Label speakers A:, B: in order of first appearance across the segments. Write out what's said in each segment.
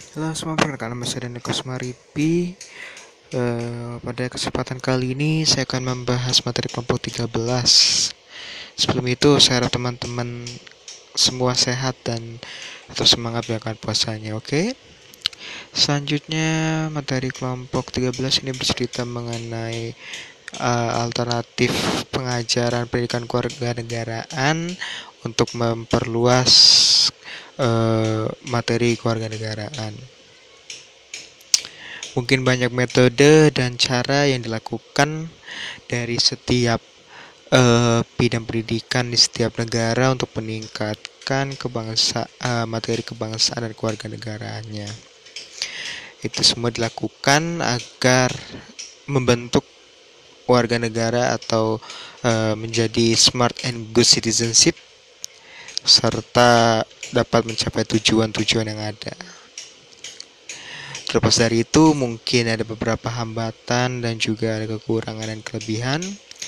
A: Halo semua, perkenalkan nama saya Dani Kusmaripi. Pada kesempatan kali ini saya akan membahas materi kelompok 13. Sebelum itu saya harap teman-teman semua sehat dan tetap semangat menjalankan puasanya, oke? Selanjutnya materi kelompok 13 ini bercerita mengenai alternatif pengajaran pendidikan kewarganegaraan untuk memperluas materi kewarganegaraan. Mungkin banyak metode dan cara yang dilakukan dari setiap bidang pendidikan di setiap negara untuk meningkatkan materi kebangsaan dan kewarganegaraannya. Itu semua dilakukan agar membentuk warga negara atau menjadi smart and good citizenship serta dapat mencapai tujuan-tujuan yang ada. Terlepas dari itu, mungkin ada beberapa hambatan dan juga ada kekurangan dan kelebihan.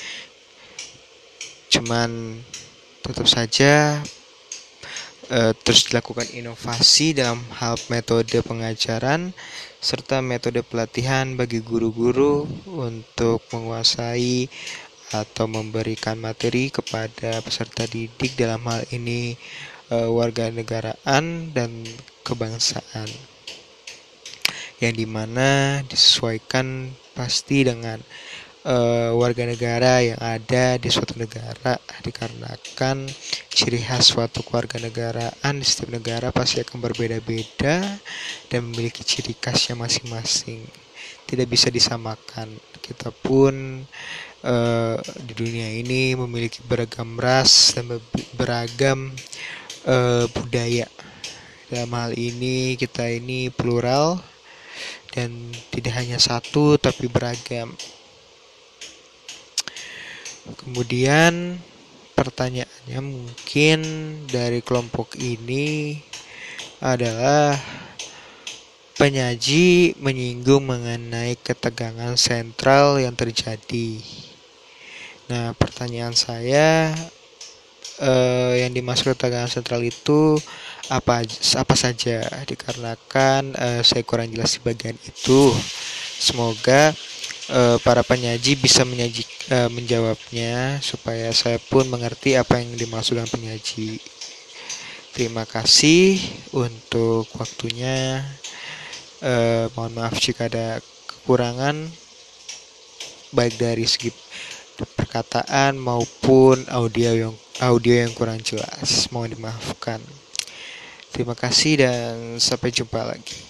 A: Cuman tetap saja terus dilakukan inovasi dalam hal metode pengajaran serta metode pelatihan bagi guru-guru untuk menguasai atau memberikan materi kepada peserta didik, dalam hal ini warga negaraan dan kebangsaan, yang dimana disesuaikan pasti dengan warga negara yang ada di suatu negara, dikarenakan ciri khas suatu kewarganegaraan di setiap negara pasti akan berbeda-beda dan memiliki ciri khasnya masing-masing, tidak bisa disamakan. Kita pun di dunia ini memiliki beragam ras dan beragam budaya. Dalam hal ini kita ini plural dan tidak hanya satu tapi beragam. Kemudian pertanyaannya mungkin dari kelompok ini adalah penyaji menyinggung mengenai ketegangan sentral yang terjadi. Nah, pertanyaan saya, yang dimaksud ketegangan sentral itu apa saja, dikarenakan saya kurang jelas di bagian itu. Semoga para penyaji bisa menjawabnya supaya saya pun mengerti apa yang dimaksud dengan penyaji. Terima kasih untuk waktunya. Mohon maaf jika ada kekurangan baik dari segi perkataan maupun audio yang kurang jelas. Mohon dimaafkan. Terima kasih dan sampai jumpa lagi.